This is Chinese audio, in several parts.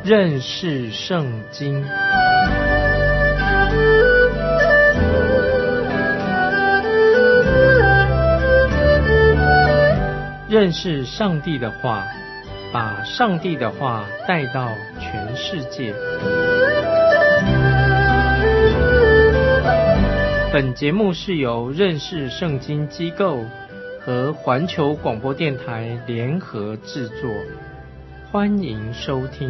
认识圣经。认识上帝的话，把上帝的话带到全世界。本节目是由认识圣经机构和环球广播电台联合制作，欢迎收听。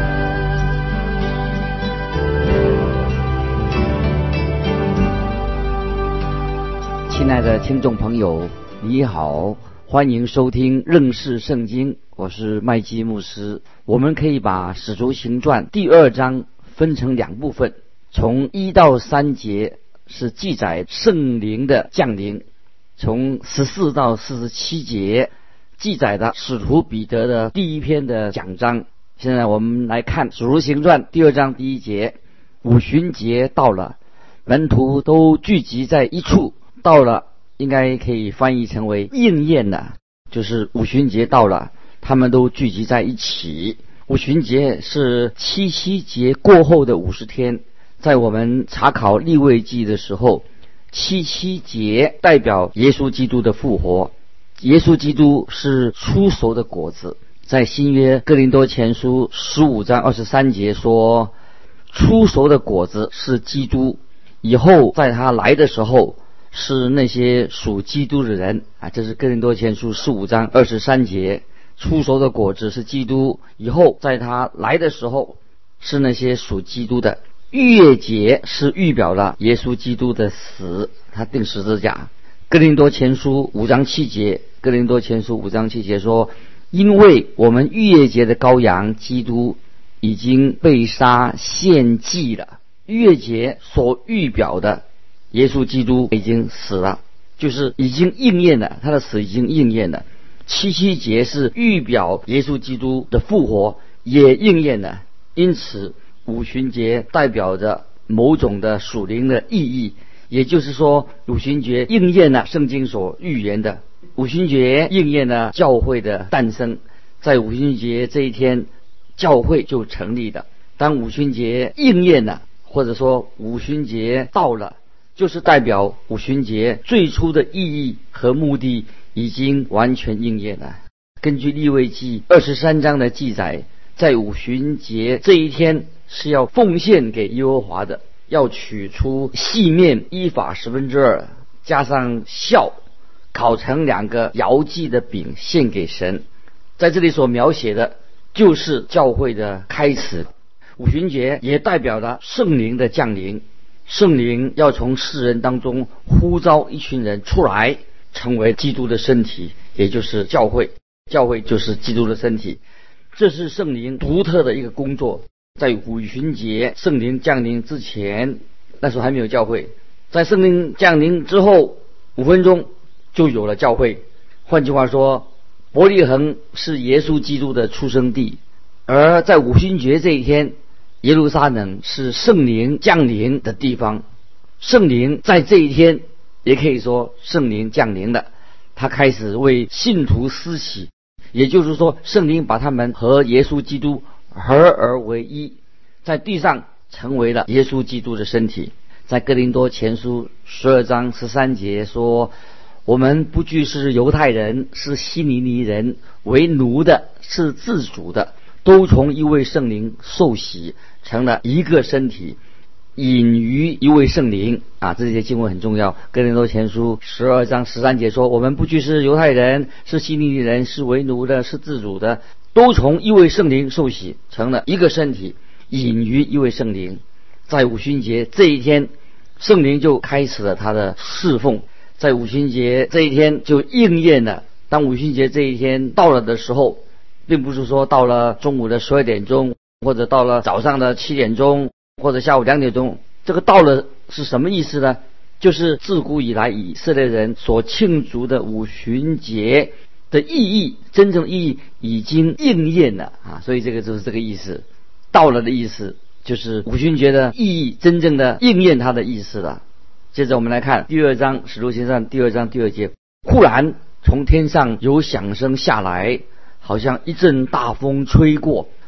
亲爱的听众朋友，你好，欢迎收听认识圣经，我是麦基牧师。我们可以把使徒行传第2章分成2部分，从1到3节是记载圣灵的降临，从14到47节记载的使徒彼得的第一篇的讲章。现在我们来看使徒行传第2章第1节，五旬节到了，门徒都聚集在一处。到了应该可以翻译成为应验了，就是五旬节到了，他们都聚集在一起。五旬节是七夕节过后的50天。在我们查考利未记的时候，七夕节代表耶稣基督的复活，耶稣基督是初熟的果子。在新约哥林多前书15章23节说，初熟的果子是基督，以后在他来的时候是那些属基督的人啊，这是哥林多前书15章23节。初熟的果子是基督，以后在他来的时候是那些属基督的。逾越节是预表了耶稣基督的死，他钉十字架。哥林多前书5章7节，哥林多前书5章7节说，因为我们逾越节的羔羊基督已经被杀献祭了。逾越节所预表的耶稣基督已经死了，就是已经应验了，他的死已经应验了。七夕节是预表耶稣基督的复活，也应验了。因此五旬节代表着某种的属灵的意义，也就是说五旬节应验了圣经所预言的，五旬节应验了教会的诞生。在五旬节这一天，教会就成立了。当五旬节应验了，或者说五旬节到了，就是代表五旬节最初的意义和目的已经完全应验了。根据利未记23章的记载，在五旬节这一天是要奉献给耶和华的，要取出细面依法2/10，加上酵，烤成2个摇祭的饼献给神。在这里所描写的就是教会的开始。五旬节也代表了圣灵的降临，圣灵要从世人当中呼召一群人出来，成为基督的身体，也就是教会。教会就是基督的身体，这是圣灵独特的一个工作。在五旬节圣灵降临之前，那时候还没有教会，在圣灵降临之后5分钟就有了教会。换句话说，伯利恒是耶稣基督的出生地，而在五旬节这一天，耶路撒冷是圣灵降临的地方。圣灵在这一天，也可以说圣灵降临了，他开始为信徒施洗，也就是说圣灵把他们和耶稣基督合而为一，在地上成为了耶稣基督的身体。在哥林多前书12章13节说，我们不拘是犹太人，是希利尼人，为奴的，是自主的，都从一位圣灵受洗，成了一个身体，隐于一位圣灵啊，这些经文很重要。哥林多前书12章13节说，我们不拘是犹太人，是希利尼人，是为奴的，是自主的，都从一位圣灵受洗，成了一个身体，隐于一位圣灵。在五旬节这一天，圣灵就开始了他的侍奉。在五旬节这一天就应验了。当五旬节这一天到了的时候，并不是说到了中午的12点钟，或者到了早上的7点钟，或者下午2点钟。这个到了是什么意思呢？就是自古以来以色列人所庆祝的五旬节的意义，真正的意义已经应验了啊！所以这个就是这个意思，到了的意思就是五旬节的意义真正的应验它的意思了。接着我们来看第2章使徒行传第2章第2节，忽然从天上有响声下来，好像一阵大风吹过，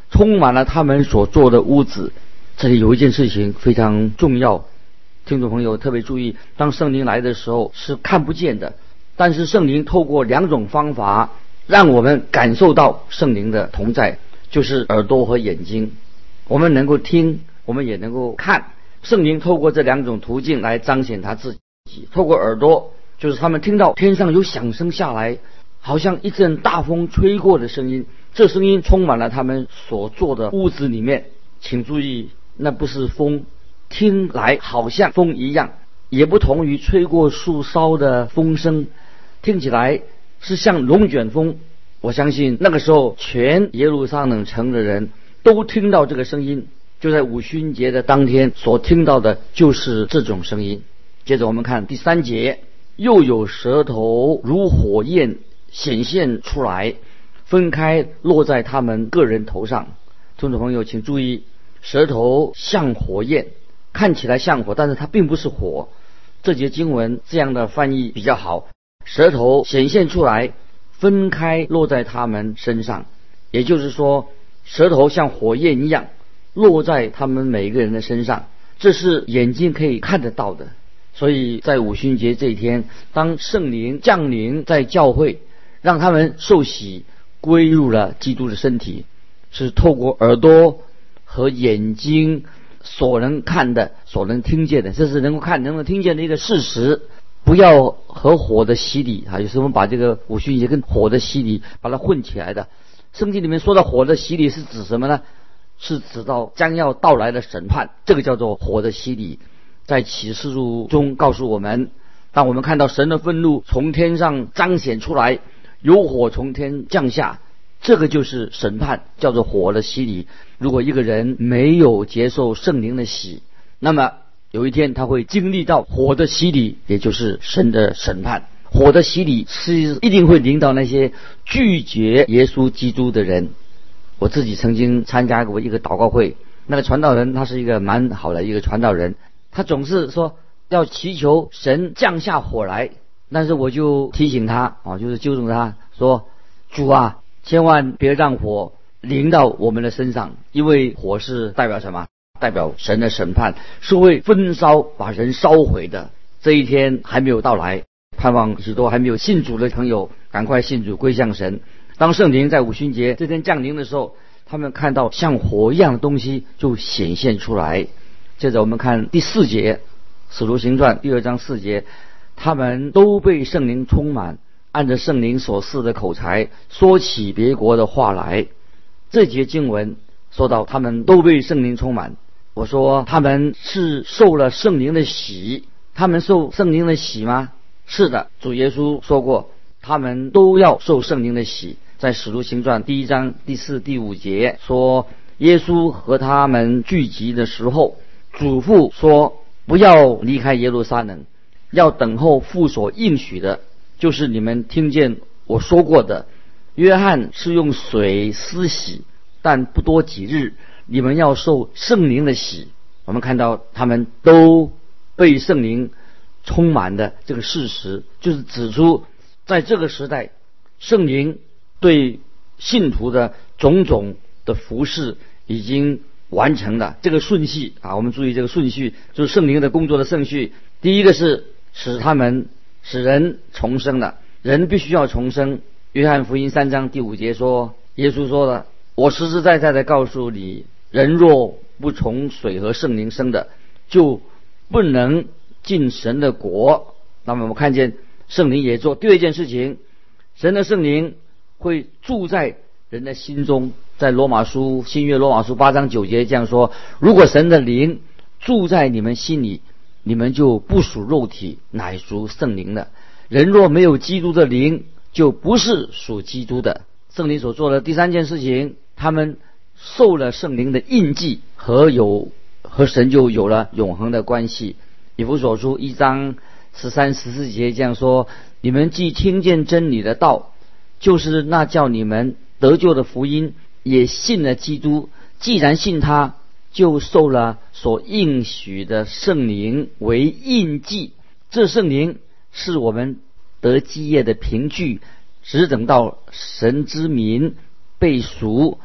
充满了他们所做的屋子。这里有一件事情非常重要，听众朋友特别注意，当圣灵来的时候是看不见的，但是圣灵透过两种方法让我们感受到圣灵的同在，就是耳朵和眼睛。我们能够听，我们也能够看。圣灵透过这两种途径来彰显他自己。透过耳朵，就是他们听到天上有响声下来，好像一阵大风吹过的声音，这声音充满了他们所坐的屋子里面。请注意，那不是风，听来好像风一样，也不同于吹过树梢的风声，听起来是像龙卷风。我相信那个时候全耶路撒冷城的人都听到这个声音，就在五旬节的当天所听到的就是这种声音。接着我们看第3节，又有舌头如火焰显现出来，分开落在他们个人头上。听众朋友请注意，舌头像火焰，看起来像火，但是它并不是火。这节经文这样的翻译比较好，舌头显现出来，分开落在他们身上。也就是说，舌头像火焰一样落在他们每一个人的身上，这是眼睛可以看得到的。所以在五旬节这一天，当圣灵降临在教会，让他们受洗归入了基督的身体，是透过耳朵和眼睛所能看的，所能听见的，这是能够看能够听见的一个事实。不要和火的洗礼有时候我们把这个五旬节跟火的洗礼把它混起来的。圣经里面说的火的洗礼是指什么呢？是指到将要到来的审判，这个叫做火的洗礼。在启示录中告诉我们，当我们看到神的愤怒从天上彰显出来，有火从天降下，这个就是审判，叫做火的洗礼。如果一个人没有接受圣灵的洗，那么有一天他会经历到火的洗礼，也就是神的审判。火的洗礼是一定会临到那些拒绝耶稣基督的人。我自己曾经参加过一个祷告会，那个传道人他是一个蛮好的一个传道人，他总是说要祈求神降下火来，但是我就提醒他就是纠正他说，主啊，千万别让火临到我们的身上，因为火是代表什么？代表神的审判，是会焚烧把人烧毁的。这一天还没有到来，盼望许多还没有信主的朋友赶快信主归向神。当圣灵在五旬节这天降临的时候，他们看到像火一样的东西就显现出来。接着我们看第4节，使徒行传第2章4节，他们都被圣灵充满，按着圣灵所赐的口才说起别国的话来。这节经文说到他们都被圣灵充满，我说他们是受了圣灵的洗。他们受圣灵的洗吗？是的，主耶稣说过他们都要受圣灵的洗。在使徒行传第1章第4、第5节说，耶稣和他们聚集的时候，嘱咐说不要离开耶路撒冷，要等候父所应许的，就是你们听见我说过的。约翰是用水施洗，但不多几日，你们要受圣灵的洗。我们看到他们都被圣灵充满的这个事实，就是指出在这个时代，圣灵对信徒的种种的服事已经完成了。这个顺序我们注意这个顺序，就是圣灵的工作的顺序。第一个是使人重生了，人必须要重生。约翰福音3章第5节说，耶稣说了，我实实在在的告诉你，人若不从水和圣灵生的，就不能进神的国。那么我们看见圣灵也做第二件事情，神的圣灵会住在人的心中。在新约罗马书8章9节这样说，如果神的灵住在你们心里，你们就不属肉体，乃属圣灵的。人若没有基督的灵，就不是属基督的。圣灵所做的第3件事情，他们受了圣灵的印记，和神就有了永恒的关系。以弗所书1章13、14节这样说，你们既听见真理的道，就是那叫你们得救的福音，也信了基督，既然信他，就受了所应许的圣灵为印记。这圣灵是我们得基业的凭据，只等到神之民被赎，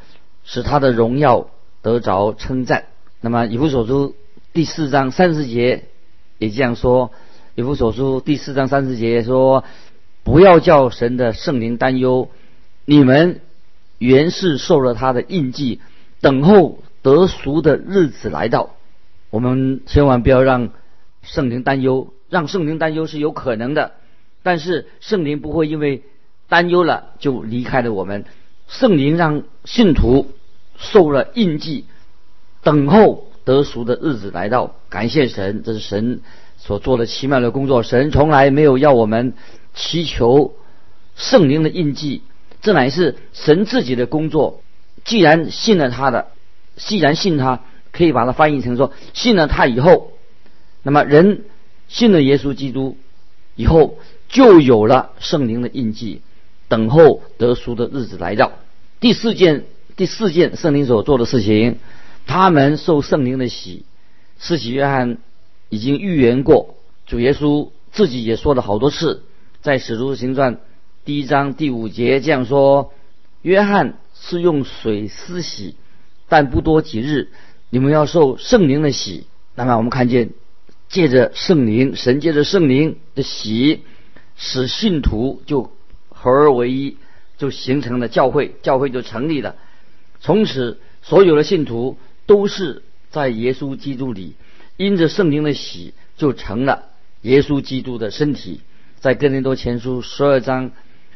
使他的荣耀得着称赞。那么以弗所书第4章30节也这样说，以弗所书第4章30节说，不要叫神的圣灵担忧，你们原是受了他的印记，等候得赎的日子来到。我们千万不要让圣灵担忧，让圣灵担忧是有可能的，但是圣灵不会因为担忧了就离开了我们。圣灵让信徒受了印记，等候得赎的日子来到。感谢神，这是神所做的奇妙的工作。神从来没有要我们祈求圣灵的印记，这乃是神自己的工作。既然信了他的，既然信他，可以把它翻译成说，信了他以后，那么人信了耶稣基督以后，就有了圣灵的印记，等候得赎的日子来到。第四件圣灵所做的事情，他们受圣灵的洗。施洗约翰已经预言过，主耶稣自己也说了好多次，在使徒行传1章第5节这样说，约翰是用水施洗，但不多几日，你们要受圣灵的洗。那么我们看见，借着圣灵，神借着圣灵的洗，使信徒就合而为一，就形成了教会，教会就成立了。从此所有的信徒都是在耶稣基督里，因着圣灵的洗，就成了耶稣基督的身体。在哥林多前书12章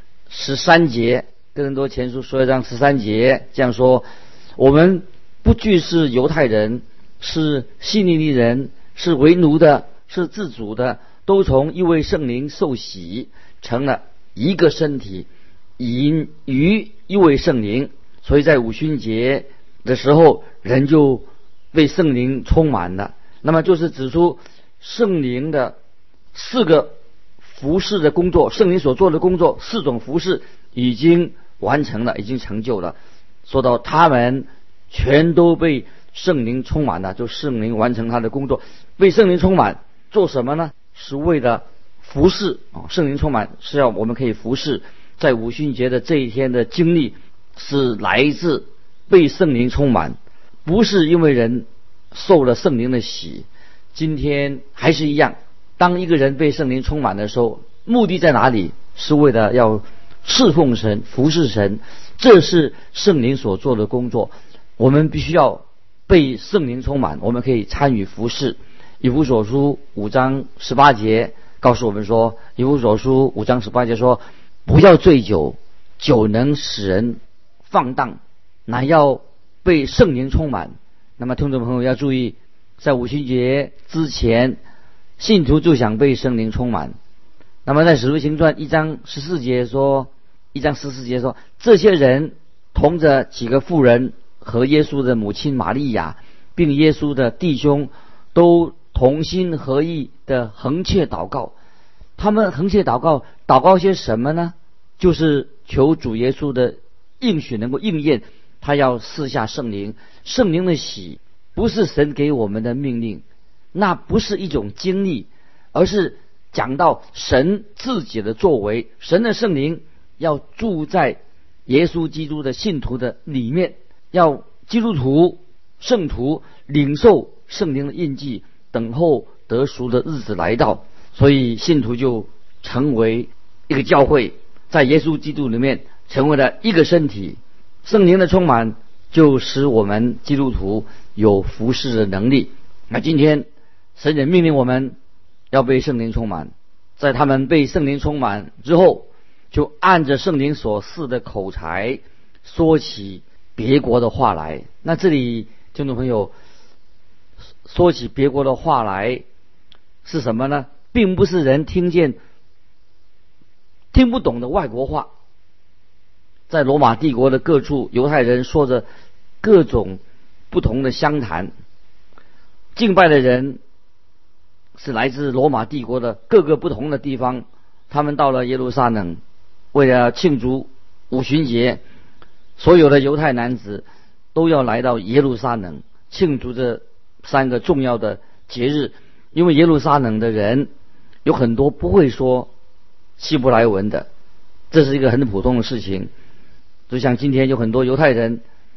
13节，哥林多前书12章13节这样说，我们不拘是犹太人，是希利尼人，是为奴的，是自主的，都从一位圣灵受洗，成了一个身体，因于一位圣灵。所以在五旬节的时候，人就被圣灵充满了。那么就是指出圣灵的4个服事的工作，圣灵所做的工作，4种服事已经完成了，已经成就了。说到他们全都被圣灵充满了，就圣灵完成他的工作。被圣灵充满做什么呢？是为了服事啊！圣灵充满是要我们可以服事。在五旬节的这一天的经历是来自被圣灵充满，不是因为人受了圣灵的洗。今天还是一样，当一个人被圣灵充满的时候，目的在哪里？是为了要侍奉神，服侍神，这是圣灵所做的工作。我们必须要被圣灵充满，我们可以参与服侍。以弗所书5章18节告诉我们说，以弗所书5章18节说，不要醉酒，酒能使人放荡，乃要被圣灵充满。那么听众朋友要注意，在五旬节之前，信徒就想被圣灵充满。那么在使徒行传1章14节说，这些人同着几个妇人和耶稣的母亲玛利亚，并耶稣的弟兄，都同心合意的横切祷告。他们横切祷告，祷告些什么呢？就是求主耶稣的应许能够应验，他要赐下圣灵。圣灵的洗不是神给我们的命令，那不是一种经历，而是讲到神自己的作为。神的圣灵要住在耶稣基督的信徒的里面，要基督徒圣徒领受圣灵的印记，等候得赎的日子来到。所以信徒就成为一个教会，在耶稣基督里面成为了一个身体。圣灵的充满就使我们基督徒有服侍的能力。那今天神也命令我们要被圣灵充满，在他们被圣灵充满之后，就按着圣灵所赐的口才说起别国的话来。那这里听众朋友，说起别国的话来是什么呢？并不是人听不懂的外国话。在罗马帝国的各处，犹太人说着各种不同的乡谈。敬拜的人是来自罗马帝国的各个不同的地方，他们到了耶路撒冷，为了庆祝五旬节，所有的犹太男子都要来到耶路撒冷庆祝这3个重要的节日。因为耶路撒冷的人有很多不会说希伯来文的，这是一个很普通的事情。就像今天有很多犹太人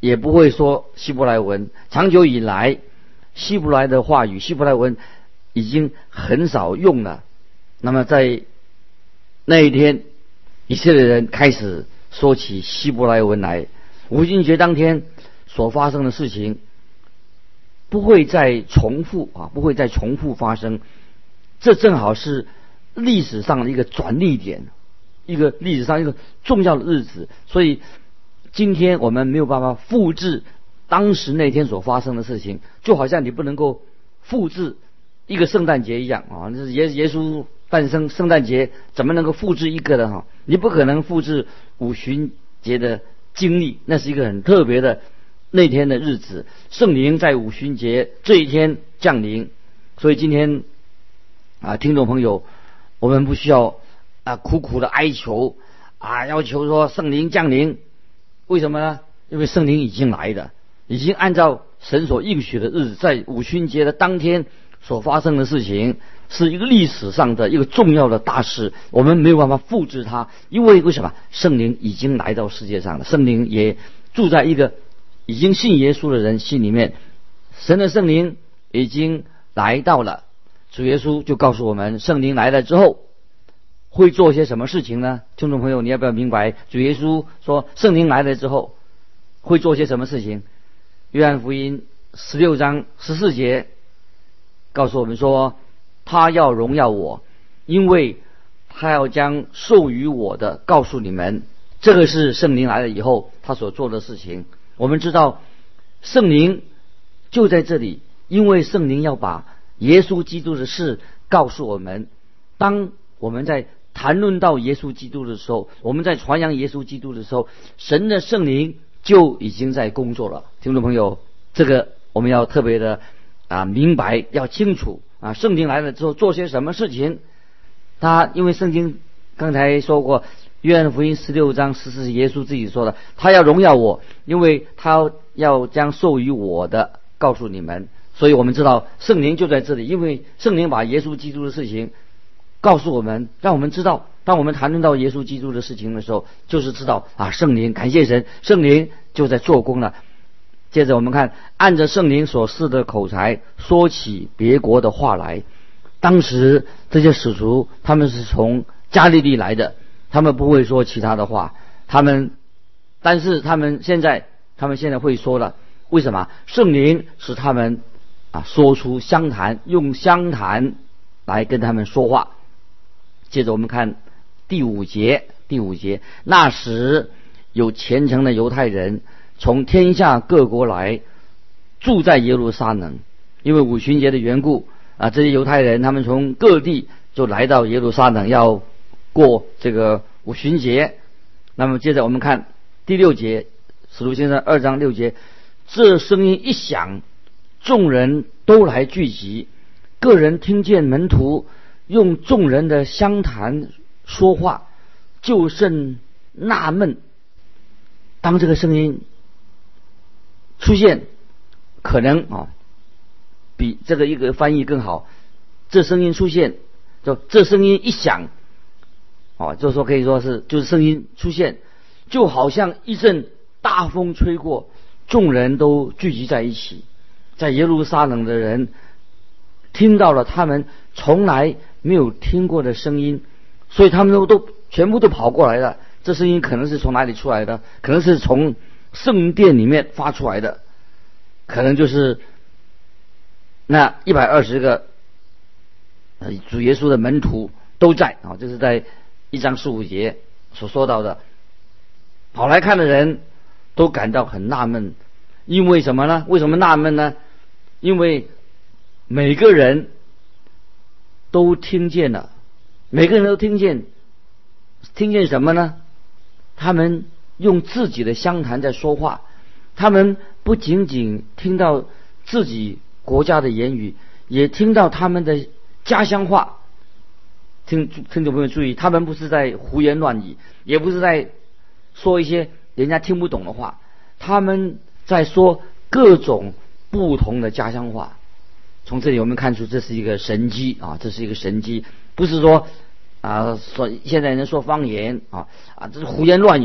也不会说希伯来文。长久以来，希伯来的话语，希伯来文已经很少用了。那么在那一天，以色列人开始说起希伯来文来。五旬节当天所发生的事情不会再重复发生。这正好是历史上的一个转捩点，一个历史上一个重要的日子。所以今天我们没有办法复制当时那天所发生的事情，就好像你不能够复制一个圣诞节一样啊，这是耶稣诞生，圣诞节怎么能够复制一个的哈？你不可能复制五旬节的经历，那是一个很特别的那天的日子。圣灵在五旬节这一天降临，所以今天听众朋友，我们不需要苦苦的哀求要求说圣灵降临。为什么呢？因为圣灵已经来了，已经按照神所应许的日子，在五旬节的当天所发生的事情，是一个历史上的一个重要的大事，我们没有办法复制它。因为什么？圣灵已经来到世界上了，圣灵也住在一个已经信耶稣的人心里面，神的圣灵已经来到了。主耶稣就告诉我们，圣灵来了之后会做些什么事情呢？听众朋友，你要不要明白主耶稣说圣灵来了之后会做些什么事情？约翰福音16章14节告诉我们说，他要荣耀我，因为他要将授予我的告诉你们。这个是圣灵来了以后他所做的事情。我们知道圣灵就在这里，因为圣灵要把耶稣基督的事告诉我们。当我们在谈论到耶稣基督的时候，我们在传扬耶稣基督的时候，神的圣灵就已经在工作了。听众朋友，这个我们要特别的明白，要清楚圣灵来了之后做些什么事情。因为圣经刚才说过，约翰福音16章14节耶稣自己说的，他要荣耀我，因为他要将授予我的告诉你们。所以我们知道圣灵就在这里，因为圣灵把耶稣基督的事情告诉我们，让我们知道，当我们谈论到耶稣基督的事情的时候，就是知道圣灵，感谢神，圣灵就在做工了。接着我们看，按着圣灵所赐的口才说起别国的话来。当时这些使徒他们是从加利利来的，他们不会说其他的话，但是他们现在会说了。为什么？圣灵使他们说出乡谈，用乡谈来跟他们说话。接着我们看第五节，那时有虔诚的犹太人从天下各国来，住在耶路撒冷。因为五旬节的缘故这些犹太人他们从各地就来到耶路撒冷，要过这个五旬节。那么接着我们看第6节，使徒行传2章6节，这声音一响，众人都来聚集，个人听见门徒用众人的乡谈说话，就甚纳闷。当这个声音出现，可能比这个一个翻译更好，这声音出现，这声音一响就是说可以说就是声音出现，就好像一阵大风吹过，众人都聚集在一起。在耶路撒冷的人听到了他们从来没有听过的声音，所以他们都全部都跑过来了。这声音可能是从哪里出来的？可能是从圣殿里面发出来的，可能就是那120个主耶稣的门徒都在这是在1章15节所说到的。跑来看的人都感到很纳闷，因为什么呢？为什么纳闷呢？因为每个人都听见了，每个人都听见什么呢？他们用自己的乡谈在说话，他们不仅仅听到自己国家的言语，也听到他们的家乡话。听众朋友注意，他们不是在胡言乱语，也不是在说一些人家听不懂的话，他们在说各种不同的家乡话。从这里我们看出这是一个神迹这是一个神迹，不是说说现在人说方言这是胡言乱语，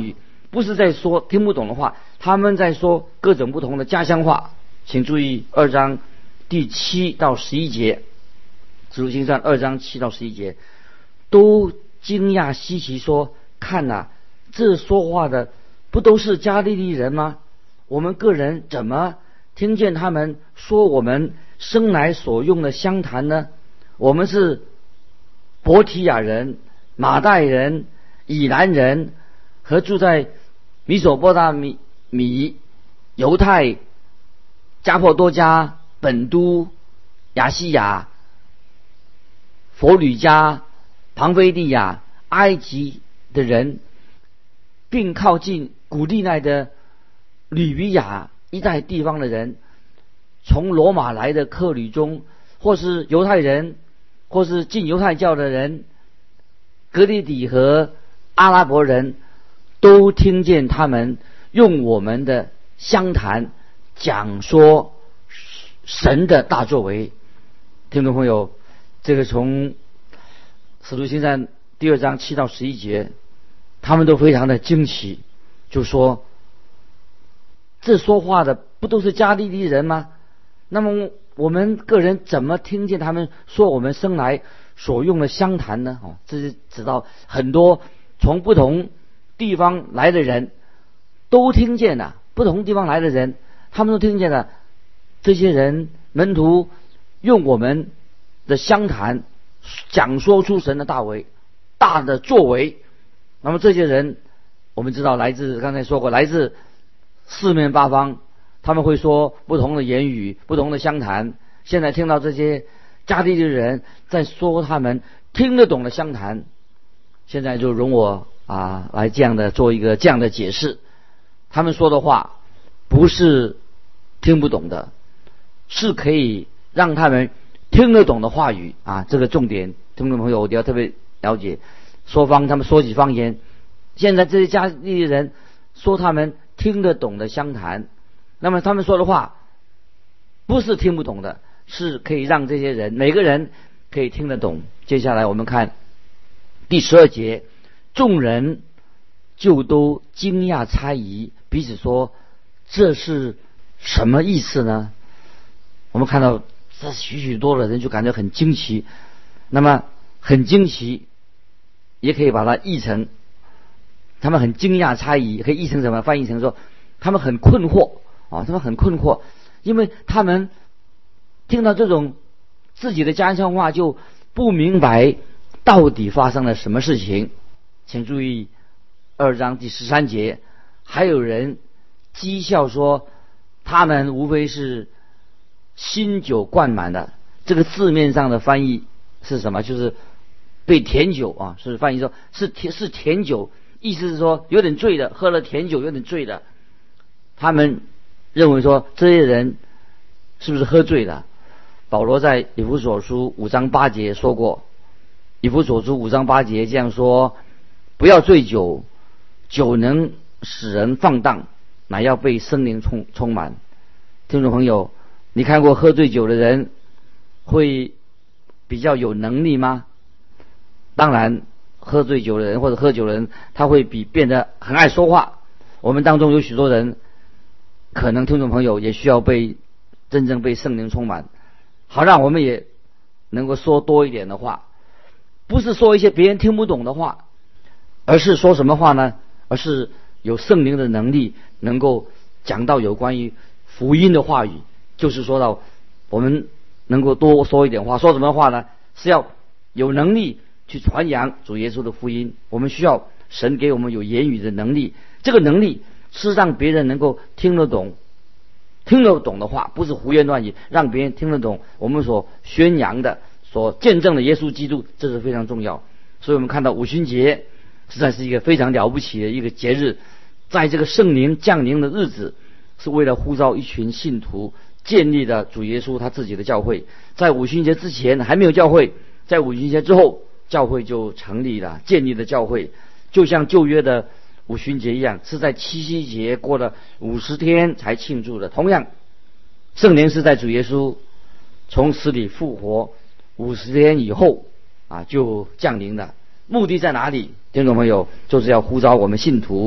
不是在说听不懂的话，他们在说各种不同的家乡话。请注意2章第7到11节，使徒行传2章7到11节，都惊讶稀奇说：看哪，这说话的不都是加利利人吗？我们个人怎么听见他们说我们生来所用的乡谈呢？我们是伯提亚人、马代人、以兰人，和住在米索波大米、犹太、加破多家、本都、亚细亚、佛吕家、庞菲利亚、埃及的人，并靠近古利奈的吕比亚一带地方的人，从罗马来的客旅中，或是犹太人，或是进犹太教的人，格里底和阿拉伯人，都听见他们用我们的乡谈讲说神的大作为。听众朋友，这个从使徒行传第2章7到11节，他们都非常的惊奇，就说这说话的不都是加利利人吗？那么我们个人怎么听见他们说我们生来所用的乡谈呢？这是指到很多从不同地方来的人都听见了，不同地方来的人他们都听见了，这些人门徒用我们的乡谈讲说出神的大的作为。那么这些人我们知道刚才说过来自四面八方，他们会说不同的言语，不同的乡谈。现在听到这些加利利人在说他们听得懂的乡谈，现在就容我来做一个这样的解释。他们说的话不是听不懂的，是可以让他们听得懂的话语这个重点听众朋友我要特别了解。他们说起方言，现在这些加利利人说他们听得懂的乡谈，那么他们说的话不是听不懂的，是可以让这些人每个人可以听得懂。接下来我们看第12节，众人就都惊讶猜疑，彼此说这是什么意思呢？我们看到这许许多的人就感觉很惊奇，那么很惊奇也可以把它译成他们很惊讶猜疑，可以译成什么？翻译成说他们很困惑他们很困惑，因为他们听到这种自己的家乡话就不明白到底发生了什么事情。请注意2章第13节，还有人讥笑说他们无非是新酒灌满的。这个字面上的翻译是什么？就是被甜酒是翻译说是甜酒，意思是说有点醉的，喝了甜酒有点醉的。他们认为说这些人是不是喝醉了？保罗在以弗所书5章8节说过，以弗所书5章8节这样说：不要醉酒，酒能使人放荡，乃要被圣灵充满。听众朋友，你看过喝醉酒的人会比较有能力吗？当然喝醉酒的人或者喝酒的人他会变得很爱说话。我们当中有许多人可能听众朋友也需要真正被圣灵充满，好让我们也能够说多一点的话，不是说一些别人听不懂的话，而是说什么话呢？而是有圣灵的能力能够讲到有关于福音的话语，就是说到我们能够多说一点话。说什么话呢？是要有能力去传扬主耶稣的福音。我们需要神给我们有言语的能力，这个能力是让别人能够听得懂的话，不是胡言乱语，让别人听得懂我们所宣扬的所见证的耶稣基督，这是非常重要。所以我们看到五旬节实在是一个非常了不起的一个节日，在这个圣灵降临的日子，是为了呼召一群信徒建立了主耶稣他自己的教会。在五旬节之前还没有教会，在五旬节之后教会就成立了，建立了教会，就像旧约的五旬节一样，是在七夕节过了50天才庆祝的。同样，圣灵是在主耶稣从死里复活50天以后就降临了。目的在哪里？听众朋友，就是要呼召我们信徒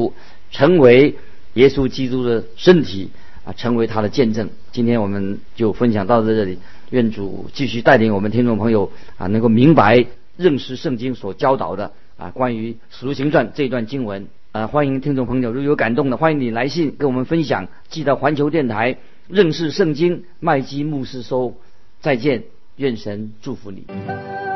成为耶稣基督的身体成为他的见证。今天我们就分享到这里，愿主继续带领我们听众朋友能够明白认识圣经所教导的关于使徒行传这一段经文。欢迎听众朋友如果有感动的，欢迎你来信跟我们分享，寄到环球电台认识圣经麦基牧师收。再见，愿神祝福你。